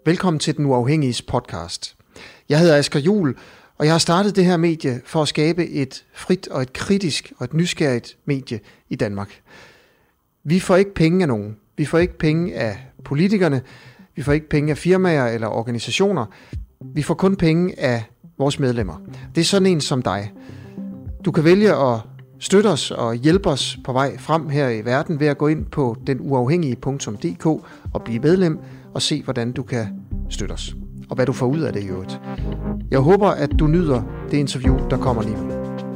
Velkommen til Den Uafhængiges podcast. Jeg hedder Asger Juhl, og jeg har startet det her medie for at skabe et frit og et kritisk og et nysgerrigt medie i Danmark. Vi får ikke penge af nogen. Vi får ikke penge af politikerne. Vi får ikke penge af firmaer eller organisationer. Vi får kun penge af vores medlemmer. Det er sådan en som dig. Du kan vælge at støtte os og hjælpe os på vej frem her i verden ved at gå ind på denuafhængige.dk og blive medlem og se, hvordan du kan støtte os, og hvad du får ud af det i øvrigt. Jeg håber, at du nyder det interview, der kommer lige nu.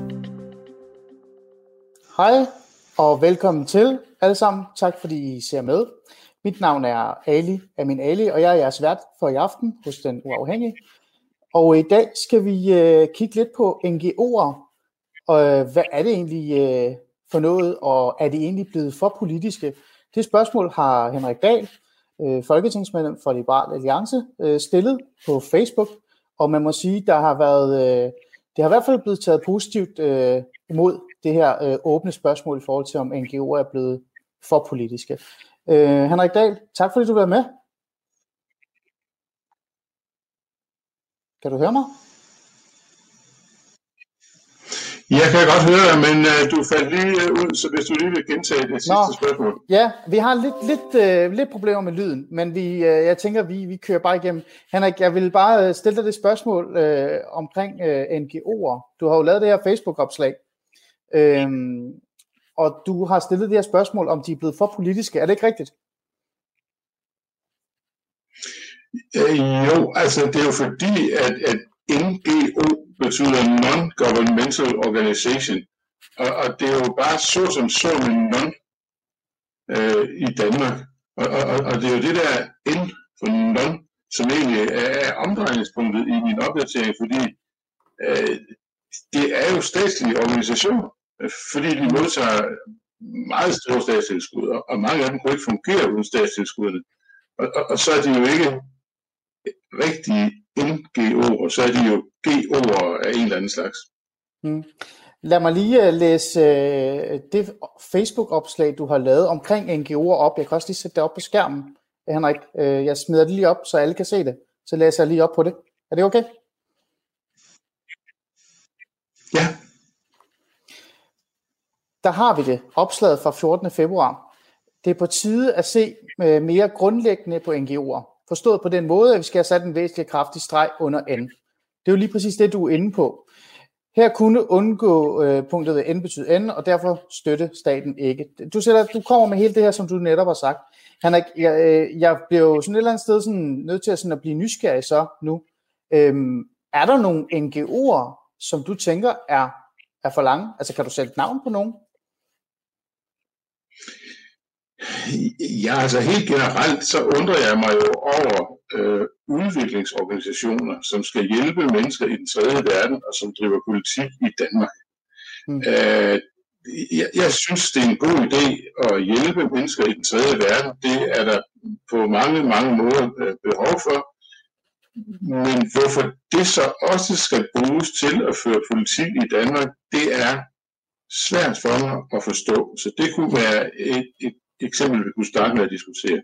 Hej, og velkommen til alle sammen. Tak fordi I ser med. Mit navn er Amin Ali, og jeg er jeres vært for i aften hos Den Uafhængige. Og i dag skal vi kigge lidt på NGO'er. Og hvad er det egentlig for noget, og er de egentlig blevet for politiske? Det spørgsmål har Henrik Dahl, folketingsmedlem for Liberal Alliance, stillet på Facebook, og man må sige, det har i hvert fald blevet taget positivt imod det her åbne spørgsmål i forhold til, om NGO'er er blevet for politiske. Henrik Dahl, tak fordi du var med. Kan du høre mig? Jeg kan godt høre dig, men du faldt lige ud, så hvis du lige vil gentage det sidste spørgsmål. Ja, vi har lidt problemer med lyden, men jeg tænker, vi kører bare igennem. Henrik, jeg vil bare stille dig det spørgsmål omkring NGO'er. Du har jo lavet det her Facebook-opslag, og du har stillet det her spørgsmål, om de er blevet for politiske. Er det ikke rigtigt? Jo, altså det er jo fordi, at NGO betyder non-governmental organization, og det er jo bare så med non i Danmark, og det er jo det der N for non, som egentlig er omdrejningspunktet i min opdatering, fordi det er jo statslige organisationer, fordi de modtager meget store statstilskud, og mange af dem kunne ikke fungere uden statstilskuddene, og så er de jo ikke rigtige NGO'er, så er de jo GO'er af en eller anden slags. Lad mig lige læse det Facebook-opslag, du har lavet omkring NGO'er op. Jeg kan også lige sætte det op på skærmen, Henrik. Jeg smider det lige op, så alle kan se det. Så læser jeg lige op på det. Er det okay? Ja. Der har vi det. Opslaget fra 14. februar. Det er på tide at se mere grundlæggende på NGO'er. Forstået på den måde, at vi skal have sat en væsentlig kraftig streg under N. Det er jo lige præcis det, du er inde på. Her kunne undgå punktet ved N betyder N, og derfor støtte staten ikke. Du kommer med hele det her, som du netop har sagt. Henrik, jeg bliver jo sådan et eller andet sted sådan, nødt til at blive nysgerrig så nu. Er der nogle NGO'er, som du tænker er for lange? Altså kan du sætte et navn på nogen? Ja, altså helt generelt, så undrer jeg mig jo over udviklingsorganisationer, som skal hjælpe mennesker i den tredje verden, og som driver politik i Danmark. Jeg synes, det er en god idé at hjælpe mennesker i den tredje verden. Det er der på mange måder behov for. Men hvorfor det så også skal bruges til at føre politik i Danmark, det er svært for mig at forstå. Så det kunne være et eksempel, vi kunne starte med at diskutere.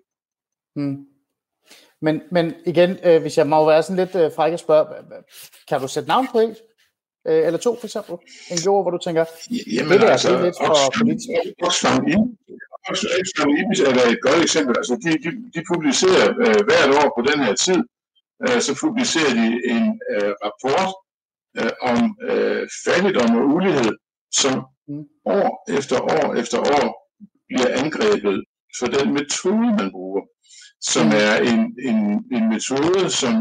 Men igen, hvis jeg må være sådan lidt fræk at spørge, kan du sætte navn på et? Eller to for eksempel? NGO'er, hvor du tænker, jamen, det altså, er lidt for politisk. Oxfam IBIS er et godt eksempel. Altså, de publicerer hvert år på den her tid, så publicerer de en rapport om fattigdom og ulighed, som år efter år bliver angrebet for den metode, man bruger, som er en metode, som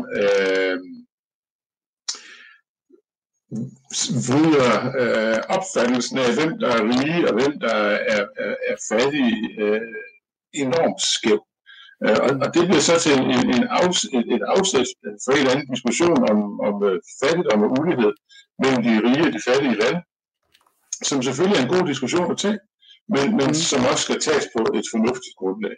vrider opfattelsen af, hvem der er rige og hvem der er fattige, enormt skæv. Og det bliver så til et afsæt for en eller anden diskussion om fattigdom og ulighed mellem de rige og de fattige lande, som selvfølgelig er en god diskussion at tage, men som også skal tages på et fornuftigt grundlag.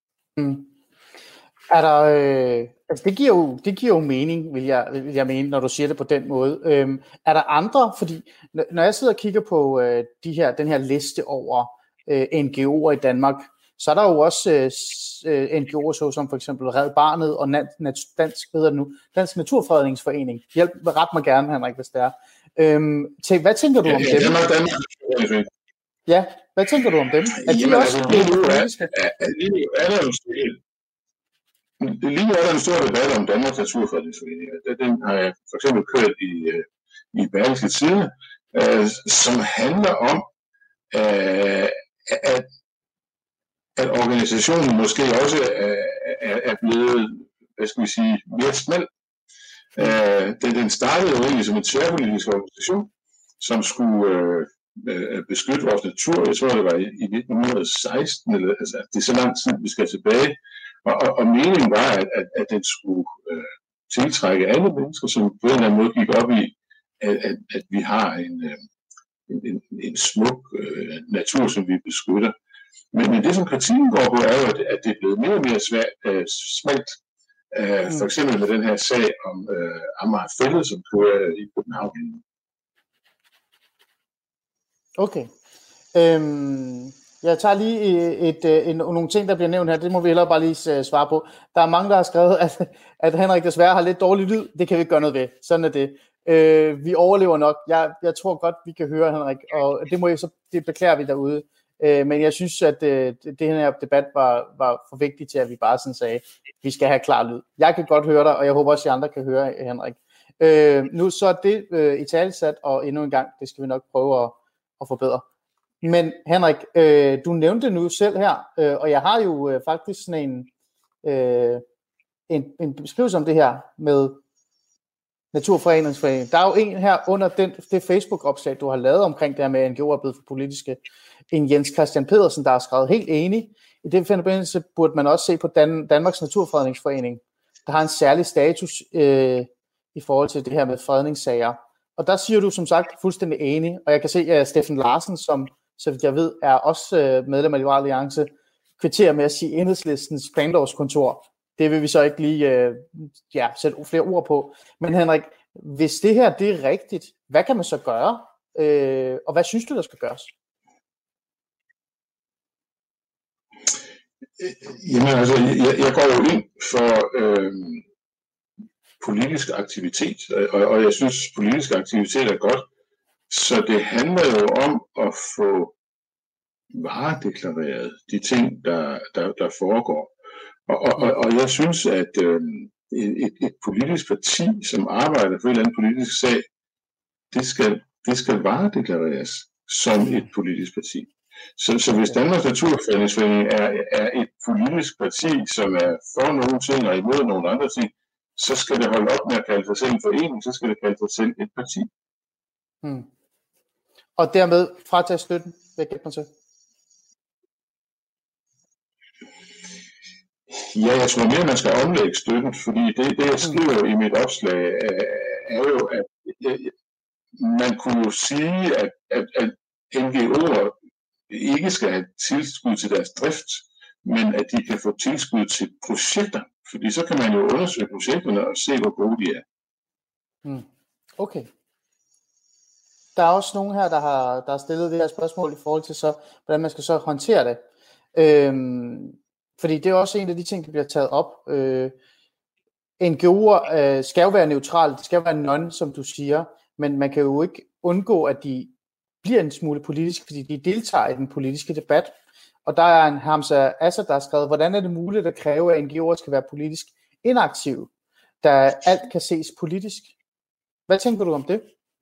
Er der, altså det giver jo mening, vil jeg mene, når du siger det på den måde. Er der andre, fordi når jeg sidder og kigger på den her liste over NGO'er i Danmark, så er der jo også NGO'er, som for eksempel Red Barnet og Dansk Naturfredningsforening. Ret mig gerne, Henrik, hvis det er. Hvad tænker du om dem? Ja, hvad tænker du om dem? Er de også politiske? Lige nu er der en stor debat om Danmarks Naturfredningsforening. Den har jeg for eksempel kørt i Berlingske Tidende, som handler om, at organisationen måske også er blevet, hvad skal vi sige, mere smal. Den startede jo egentlig som en tværpolitisk organisation, som skulle beskytte vores natur. Jeg tror, det var i 1916, eller altså, det er så lang tid, vi skal tilbage. Og meningen var, at den skulle tiltrække alle mennesker, som på en eller anden måde gik op i, at vi har en smuk natur, som vi beskytter. Men det, som kritikken går på, er jo, at det er blevet mere og mere smalt. For eksempel med den her sag om Amager Fælled, som kører i København. Okay. Jeg tager lige nogle ting, der bliver nævnt her. Det må vi hellere bare lige svare på. Der er mange, der har skrevet, at Henrik desværre har lidt dårlig lyd. Det kan vi ikke gøre noget ved. Sådan er det. Vi overlever nok. Jeg tror godt, vi kan høre Henrik, og det beklager vi derude. Men jeg synes, at det her debat var for vigtigt til, at vi bare sådan sagde, vi skal have klar lyd. Jeg kan godt høre dig, og jeg håber også, at I andre kan høre Henrik. Nu så er det italesat, og endnu en gang, det skal vi nok prøve at forbedre. Men Henrik, du nævnte nu selv her, og jeg har jo faktisk sådan en beskrivelse om det her med Naturfredningsforeningen. Der er jo en her under det Facebook-opslag, du har lavet omkring det her med, at NGO'er er blevet for politiske. En Jens Christian Pedersen, der har skrevet helt enig. I den forbindelse burde man også se på Danmarks Naturfredningsforening, der har en særlig status i forhold til det her med fredningssager. Og der siger du som sagt fuldstændig enig, og jeg kan se, at Steffen Larsen, som så vidt jeg ved, er også medlem af Liberal Alliance, kvitterer med at sige Enhedslistens planlovskontor. Det vil vi så ikke lige sætte flere ord på. Men Henrik, hvis det her det er rigtigt, hvad kan man så gøre? Og hvad synes du, der skal gøres? Jamen altså, jeg går jo ind for politisk aktivitet, og jeg synes, politisk aktivitet er godt. Så det handler jo om at få varedeklareret de ting, der foregår. Og jeg synes, at et politisk parti, som arbejder for en eller anden politisk sag, det skal varedeklareres som et politisk parti. Så hvis Danmarks Naturfredningsforening er et politisk parti, som er for nogle ting og imod nogle andre ting, så skal det holde op med at kalde sig selv en forening, så skal det kalde sig selv et parti. Og dermed fratage støtten, hvad gætter man til? Ja, jeg tror mere, man skal omlægge støtten, fordi det jeg skriver i mit opslag, er jo, at man kunne jo sige, at NGO'er ikke skal have tilskud til deres drift, men at de kan få tilskud til projekter, fordi så kan man jo undersøge projekterne og se, hvor gode de er. Okay. Der er også nogen her, der har stillet det her spørgsmål i forhold til så, hvordan man skal så håndtere det. Fordi det er også en af de ting, der bliver taget op. NGO'er skal jo være neutrale, det skal jo være non, som du siger, men man kan jo ikke undgå, at de bliver en smule politiske, fordi de deltager i den politiske debat. Og der er en Hamza Assad, der har skrevet, hvordan er det muligt at kræve, at NGO'er skal være politisk inaktive, da alt kan ses politisk? Hvad tænker du om det?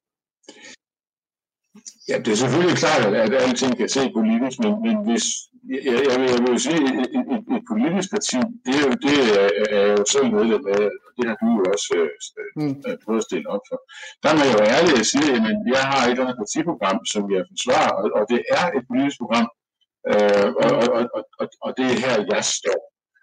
Ja, det er selvfølgelig klart, at alting kan se politisk, men hvis, jeg vil jo sige, et politisk parti, det er jo selv medlem af, og det har du jo også prøvet at stille op for. Der er man jo ærlig at sige, at jeg har et eller andet partiprogram, som jeg forsvarer, og det er et politisk program, og det er her, jeg står.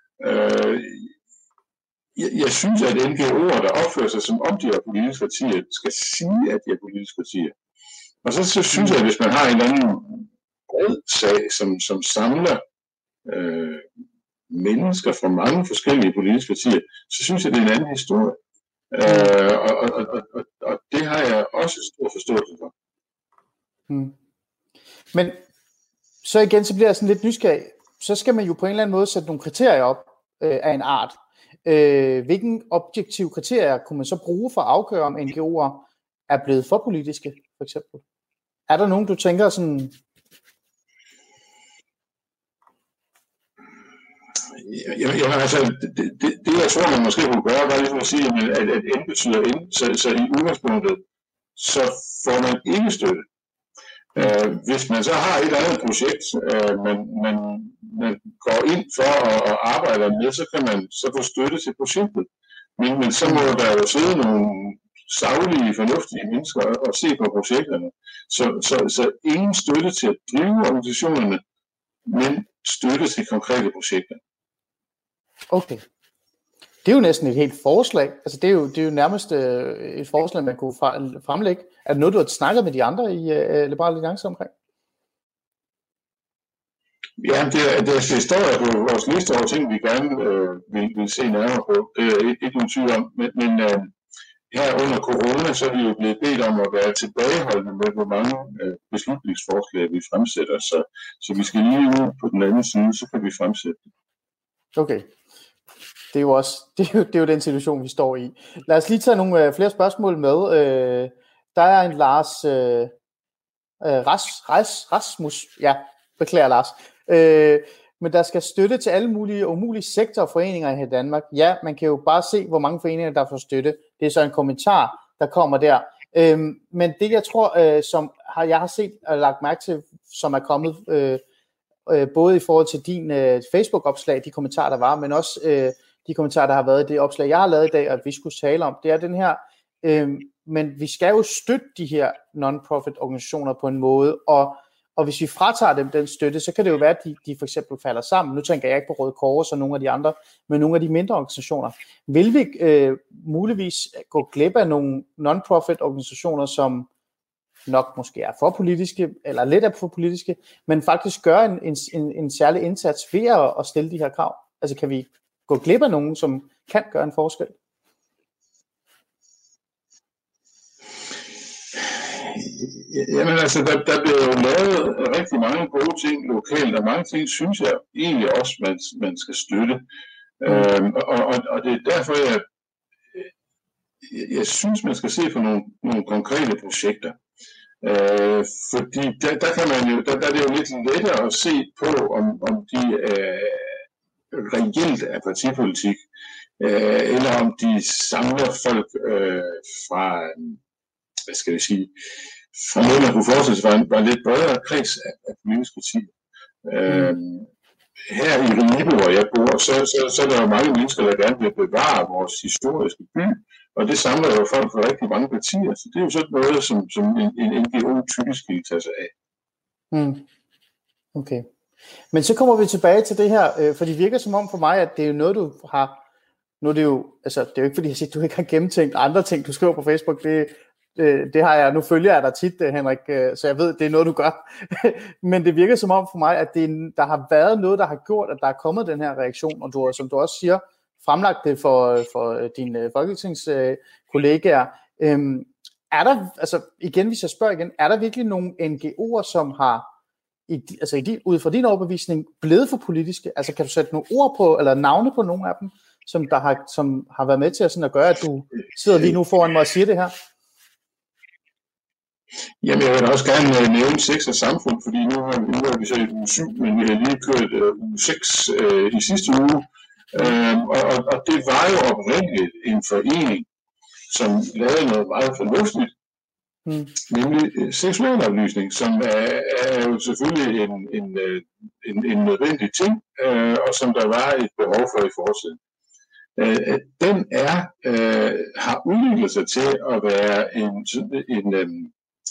Jeg synes, at NGO'er, der opfører sig som om de er politiske partier, skal sige, at de er politiske partier. Og så synes jeg, at hvis man har en eller anden bred sag, som samler mennesker fra mange forskellige politiske partier, så synes jeg, det er en anden historie. Og det har jeg også stor forståelse for. Men så igen, så bliver jeg sådan lidt nysgerrig. så skal man jo på en eller anden måde sætte nogle kriterier op af en art. Hvilken objektive kriterier kunne man så bruge for at afgøre, om NGO'er er blevet for politiske, for eksempel? Er der nogen, du tænker sådan... Jamen altså, det jeg tror, man måske kunne gøre, var ligesom at sige, at N betyder N, så i udgangspunktet, så får man ikke støtte. Hvis man så har et andet projekt, man går ind for at arbejde med, så kan man så få støtte til projektet. Men så må der jo sidde nogle saglige, fornuftige mennesker og se på projekterne. Så ingen støtte til at drive organisationerne, men støtte til konkrete projekter. Okay. Det er jo næsten et helt forslag. Altså det er jo nærmest et forslag, man kunne fremlægge. Er det noget, du har snakket med de andre i Liberal Alliance omkring? Ja, det står jo på vores liste over ting, vi gerne vil se nærmere på. Det er ikke nogen tvivl om. Men her under corona, så er vi jo blevet bedt om at være tilbageholdende med, hvor mange beslutningsforslag vi fremsætter. Så vi skal lige ud på den anden side, så kan vi fremsætte det. Okay. Det er jo den situation, vi står i. Lad os lige tage nogle flere spørgsmål med. Der er en Lars Rasmus. Ja, beklager Lars. Men der skal støtte til alle mulige umulige sektorer og foreninger i Danmark. Ja, man kan jo bare se, hvor mange foreninger, der får støtte. Det er så en kommentar, der kommer der. Men det, jeg tror, som jeg har set og lagt mærke til, som er kommet både i forhold til din Facebook-opslag, de kommentarer, der var, men også de kommentarer, der har været i det opslag, jeg har lavet i dag, at vi skulle tale om, det er den her, men vi skal jo støtte de her non-profit organisationer på en måde, og hvis vi fratager dem den støtte, så kan det jo være, at de for eksempel falder sammen. Nu tænker jeg ikke på Røde Kors og nogle af de andre, men nogle af de mindre organisationer. Vil vi muligvis gå glip af nogle non-profit organisationer, som nok måske er for politiske, eller lidt er for politiske, men faktisk gøre en særlig indsats ved at stille de her krav? Altså kan vi gå glip af nogen, som kan gøre en forskel? Jamen altså, der bliver jo lavet rigtig mange gode ting lokalt, og mange ting synes jeg egentlig også, man skal støtte. Og det er derfor, jeg synes, man skal se på nogle konkrete projekter. Fordi der kan man jo, der er det jo lidt lettere at se på, om de reelt er partipolitik, eller om de samler folk fra, hvad skal jeg sige, fra noget, man kunne forestille sig var en lidt bredere kreds af politiske partier. Her i Ribe, hvor jeg bor, så er der jo mange mennesker, der gerne vil bevare vores historiske by, og det samler jo folk fra rigtig mange partier, så det er jo sådan noget, som en NGO typisk vil tage sig af. Okay. Men så kommer vi tilbage til det her, for det virker som om for mig, at det er jo noget, du har, nu er det jo, altså det er jo ikke fordi, jeg siger, at du ikke har gennemtænkt andre ting, du skriver på Facebook, det har jeg, nu følger jeg dig tit, Henrik, så jeg ved, det er noget, du gør. Men det virker som om for mig, at der har været noget, der har gjort, at der er kommet den her reaktion, og du, som du også siger, fremlagt det for dine folketingskollegaer. Er der, altså igen, hvis jeg spørger igen, er der virkelig nogle NGO'er, som har, ud fra din overbevisning, blevet for politiske? Altså kan du sætte nogle ord på, eller navne på nogle af dem, som har været med til at gøre, at du sidder lige nu foran mig og siger det her? Jamen, jeg vil også gerne nævne sex og samfund, fordi nu er vi så i uge 7, men vi har lige kørt uge 6 i sidste uge. Og det var jo oprindeligt en forening, som lavede noget meget fornuftigt, nemlig seksualoplysning, som er jo selvfølgelig en nødvendig ting, og som der var et behov for i fortiden. Den har udviklet sig til at være en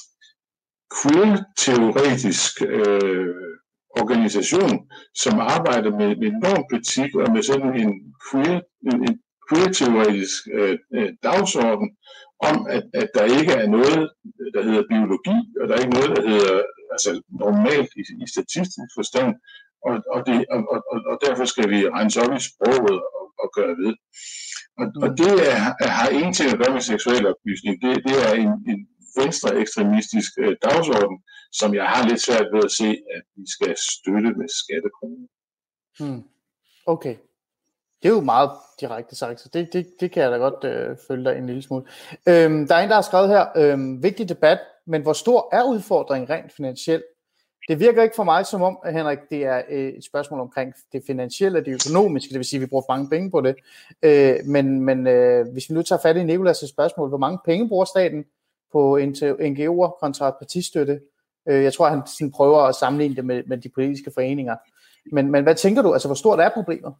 queer-teoretisk organisation, som arbejder med normkritik og med sådan en queer-teoretisk dagsorden om, at der ikke er noget, der hedder biologi, og der er ikke noget, der hedder normalt i statistisk forstand, og derfor skal vi rense op i sproget og gøre ved. Og det har ingenting at gøre med seksuel oplysning. Det er en venstreekstremistisk dagsorden, som jeg har lidt svært ved at se, at vi skal støtte med skattekroner. Okay. Det er jo meget direkte sagt, så det kan jeg da godt følge dig en lille smule. Der er en, der har skrevet her, vigtig debat, men hvor stor er udfordringen rent finansielt? Det virker ikke for mig som om, Henrik, det er et spørgsmål omkring det finansielle og det økonomiske, det vil sige, at vi bruger mange penge på det. Men hvis vi nu tager fat i Nicolas' spørgsmål, hvor mange penge bruger staten på NGO'er kontra partistøtte? Jeg tror, han sådan prøver at sammenligne det med de politiske foreninger. Men hvad tænker du, altså hvor stort er problemet?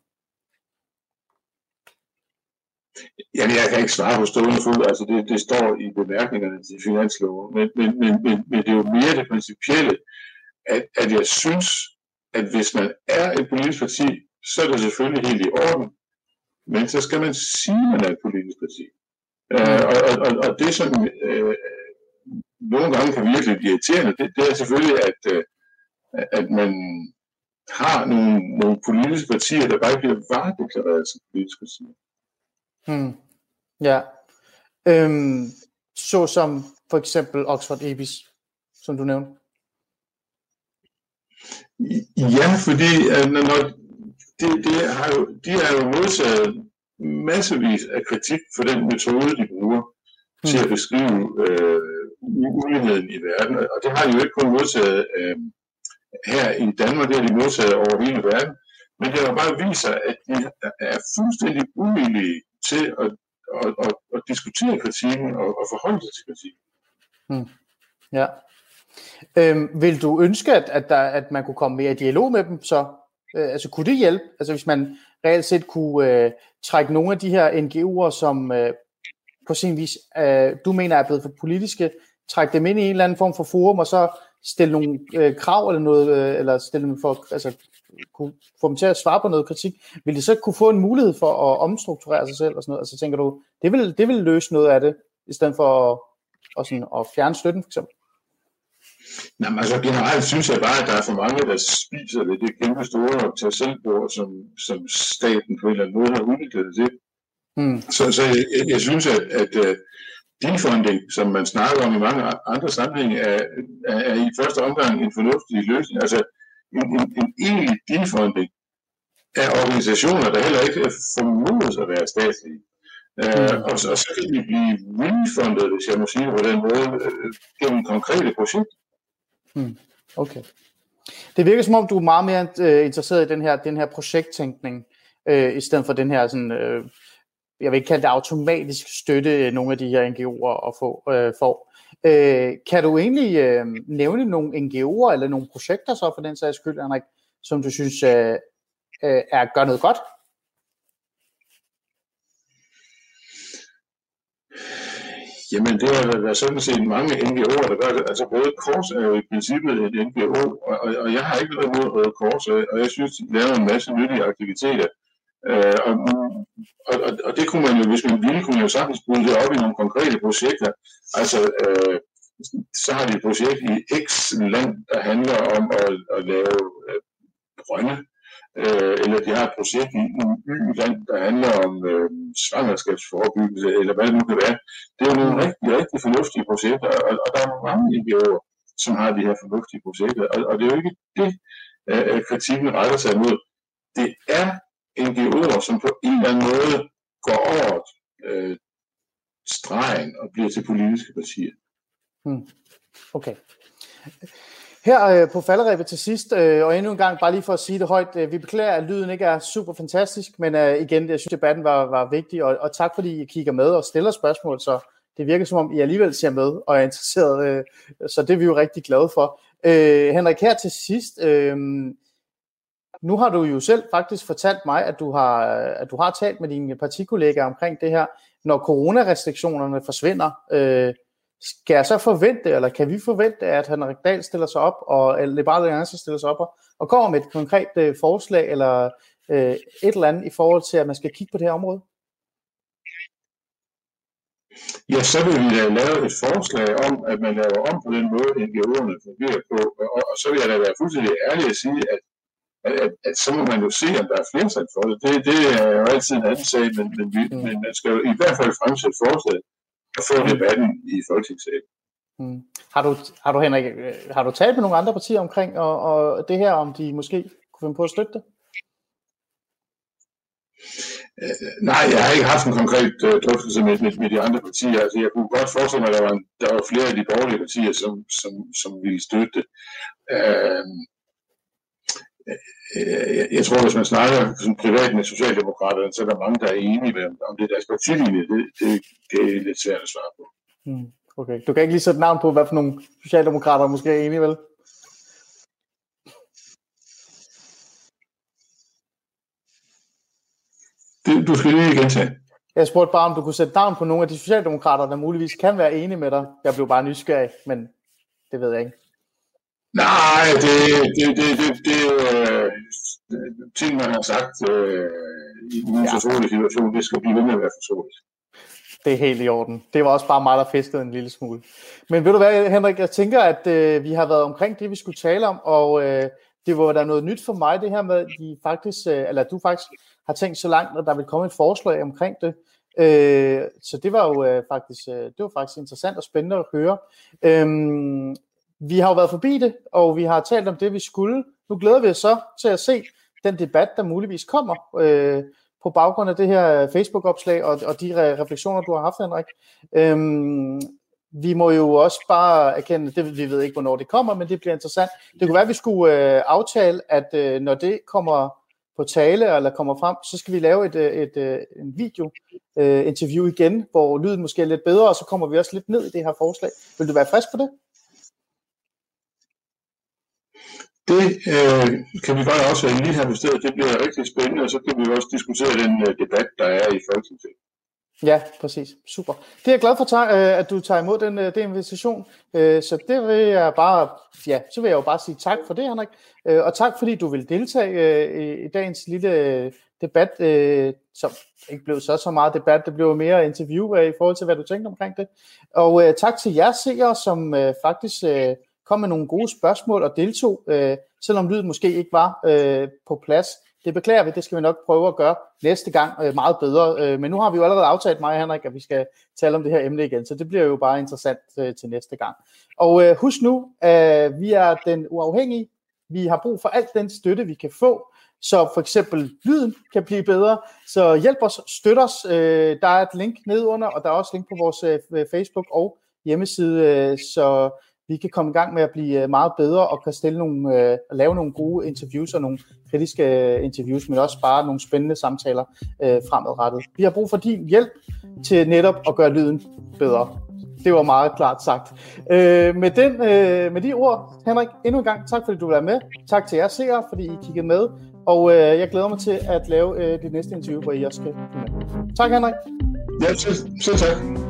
Jamen, jeg kan ikke svare på stående fod, altså det står i bemærkningerne til finansloven, men det er jo mere det principielle, at jeg synes, at hvis man er et politisk parti, så er det selvfølgelig helt i orden, men så skal man sige, at man er et politisk parti. Og det, som nogle gange kan virke lidt irriterende, det er selvfølgelig, at man har nogle politiske partier, der bare bliver varedeklareret som politiske partier. Ja. Så som for eksempel Oxford Ebis, som du nævnte. Ja, fordi når de har jo modtaget massevis af kritik for den metode, de bruger til at beskrive uligheden i verden. Og det har de jo ikke kun modtaget her i Danmark, det har de modtaget over hele verden. Men det har bare vist sig, at de er fuldstændig uvillige til at diskutere kritikken og forholde sig til kritikken. Ja. Vil du ønske, at man kunne komme mere i dialog med dem så? Altså kunne det hjælpe? Altså hvis man reelt set kunne trække nogle af de her NGO'er, som på sin vis, du mener er blevet for politiske, trække dem ind i en eller anden form for forum, og så stille nogle krav eller noget, eller stille dem for, altså kunne få dem til at svare på noget kritik, vil de så kunne få en mulighed for at omstrukturere sig selv og sådan noget? Altså tænker du, det vil løse noget af det, i stedet for at fjerne støtten for eksempel? Jamen, altså generelt synes jeg bare, at der er for mange, der spiser det kæmpe store tag selvbord, som staten på en eller anden måde har udviklet det til. Så jeg synes, at defunding, som man snakker om i mange andre sammenhænge, er i første omgang en fornuftig løsning. Altså en egentlig defunding af organisationer, der heller ikke formodes at være statslige. Og så kan de blive refundet, hvis jeg må sige det på den måde, gennem konkrete projekter. Okay. Det virker som om, du er meget mere interesseret i den her projekttænkning, i stedet for den her sådan, jeg vil ikke kalde det automatisk støtte, nogle af de her NGO'er at få. Kan du egentlig nævne nogle NGO'er eller nogle projekter så for den sags skyld, Henrik, som du synes gør noget godt? Jamen, det er sådan set mange NGO'er, der gør det. Altså, Røde Kors er jo i princippet et NGO, og jeg har ikke noget imod Røde Kors, og jeg synes, de laver en masse nyttige aktiviteter. Og det kunne man jo, hvis man ville, kunne man jo sagtens bruge det op i nogle konkrete projekter. Altså, så har de et projekt i X land, der handler om at lave brønde. Eller de har et projekt i Y-land, der handler om svangerskabsforebyggelse, eller hvad det nu kan være. Det er jo nogle rigtig fornuftige projekter, og der er mange NGO'er, som har de her fornuftige projekter. Og det er jo ikke det, kritikken retter sig imod. Det er NGO'er, som på en eller anden måde går over stregen og bliver til politiske partier. Okay. Her på falderebet til sidst, og endnu en gang, bare lige for at sige det højt, vi beklager, at lyden ikke er super fantastisk, men igen, jeg synes, debatten var vigtig, og tak fordi I kigger med og stiller spørgsmål, så det virker som om, I alligevel ser med og er interesseret, så det er vi jo rigtig glade for. Henrik, her til sidst, nu har du jo selv faktisk fortalt mig, at du har talt med dine partikollegaer omkring det her, når coronarestriktionerne forsvinder. Skal jeg så forvente, eller kan vi forvente, at Henrik Dahl stiller sig op, og Liberal Alliance stiller sig op og kommer med et konkret forslag, eller et eller andet i forhold til, at man skal kigge på det her område? Ja, så vil vi lave et forslag om, at man laver om på den måde, NGO'erne fungerer på, og så vil jeg da være fuldstændig ærlig at sige, at så må man jo se, om der er flertal for det. Det er jo altid en anden sag, men man skal jo i hvert fald fremsætte forslaget og få debatten i Folketingssalen. Har du, Henrik, har du talt med nogle andre partier omkring og det her, om de måske kunne finde på at støtte det? Nej, jeg har ikke haft en konkret drøftelse med de andre partier. Altså, jeg kunne godt forestille mig, at der var flere af de borgerlige partier, som ville støtte det. Jeg tror, hvis man snakker sådan privat med socialdemokraterne, så er der mange, der er enige med, om det deres partilinje. Det er lidt svært at svare på. Okay, du kan ikke lige sætte navn på, hvad for nogle socialdemokrater måske er enige, vel? Du skal lige gentage. Jeg spurgte bare, om du kunne sætte navn på nogle af de socialdemokrater, der muligvis kan være enige med dig. Jeg blev bare nysgerrig, men det ved jeg ikke. Nej, det ting, man har sagt i en fortrolig situation, det skal blive ved med at være fortroligt. Det er helt i orden. Det var også bare mig, der fiskede en lille smule. Men ved du hvad, Henrik, jeg tænker, at vi har været omkring det, vi skulle tale om, og det var da noget nyt for mig, det her med, at du faktisk har tænkt så langt, at der vil komme et forslag omkring det. Så det var jo faktisk interessant og spændende at høre. Vi har jo været forbi det, og vi har talt om det, vi skulle. Nu glæder vi os så til at se den debat, der muligvis kommer på baggrund af det her Facebook-opslag og de refleksioner, du har haft, Henrik. Vi må jo også bare erkende, det vi ved ikke, hvornår det kommer, men det bliver interessant. Det kunne være, at vi skulle aftale, at når det kommer på tale eller kommer frem, så skal vi lave en video-interview igen, hvor lyden måske er lidt bedre, og så kommer vi også lidt ned i det her forslag. Vil du være frisk på det? Det kan vi godt også lige have bestedet. Det bliver rigtig spændende, og så kan vi også diskutere den debat, der er i Folketinget. Ja, præcis. Super. Det er jeg glad for, at du tager imod den invitation. Så det vil jeg bare, så vil jeg jo bare sige tak for det, Henrik. Og tak fordi du vil deltage i dagens lille debat, som ikke blev så meget debat, det blev mere interview i forhold til, hvad du tænkte omkring det. Og tak til jer seere, som faktisk kom med nogle gode spørgsmål og deltog, selvom lyden måske ikke var på plads. Det beklager vi, det skal vi nok prøve at gøre næste gang meget bedre. Men nu har vi jo allerede aftalt mig og Henrik, at vi skal tale om det her emne igen, så det bliver jo bare interessant til næste gang. Og husk nu, vi er Den Uafhængige. Vi har brug for alt den støtte, vi kan få, så for eksempel lyden kan blive bedre. Så hjælp os, støt os. Der er et link nedunder, og der er også link på vores Facebook og hjemmeside, så vi kan komme i gang med at blive meget bedre og kan lave nogle gode interviews og nogle kritiske interviews, men også bare nogle spændende samtaler fremadrettet. Vi har brug for din hjælp til netop at gøre lyden bedre. Det var meget klart sagt. Med de ord, Henrik, endnu en gang tak fordi du var med. Tak til jer seere, fordi I kiggede med. Og jeg glæder mig til at lave det næste interview, hvor I også skal med. Tak, Henrik. Ja, selv tak.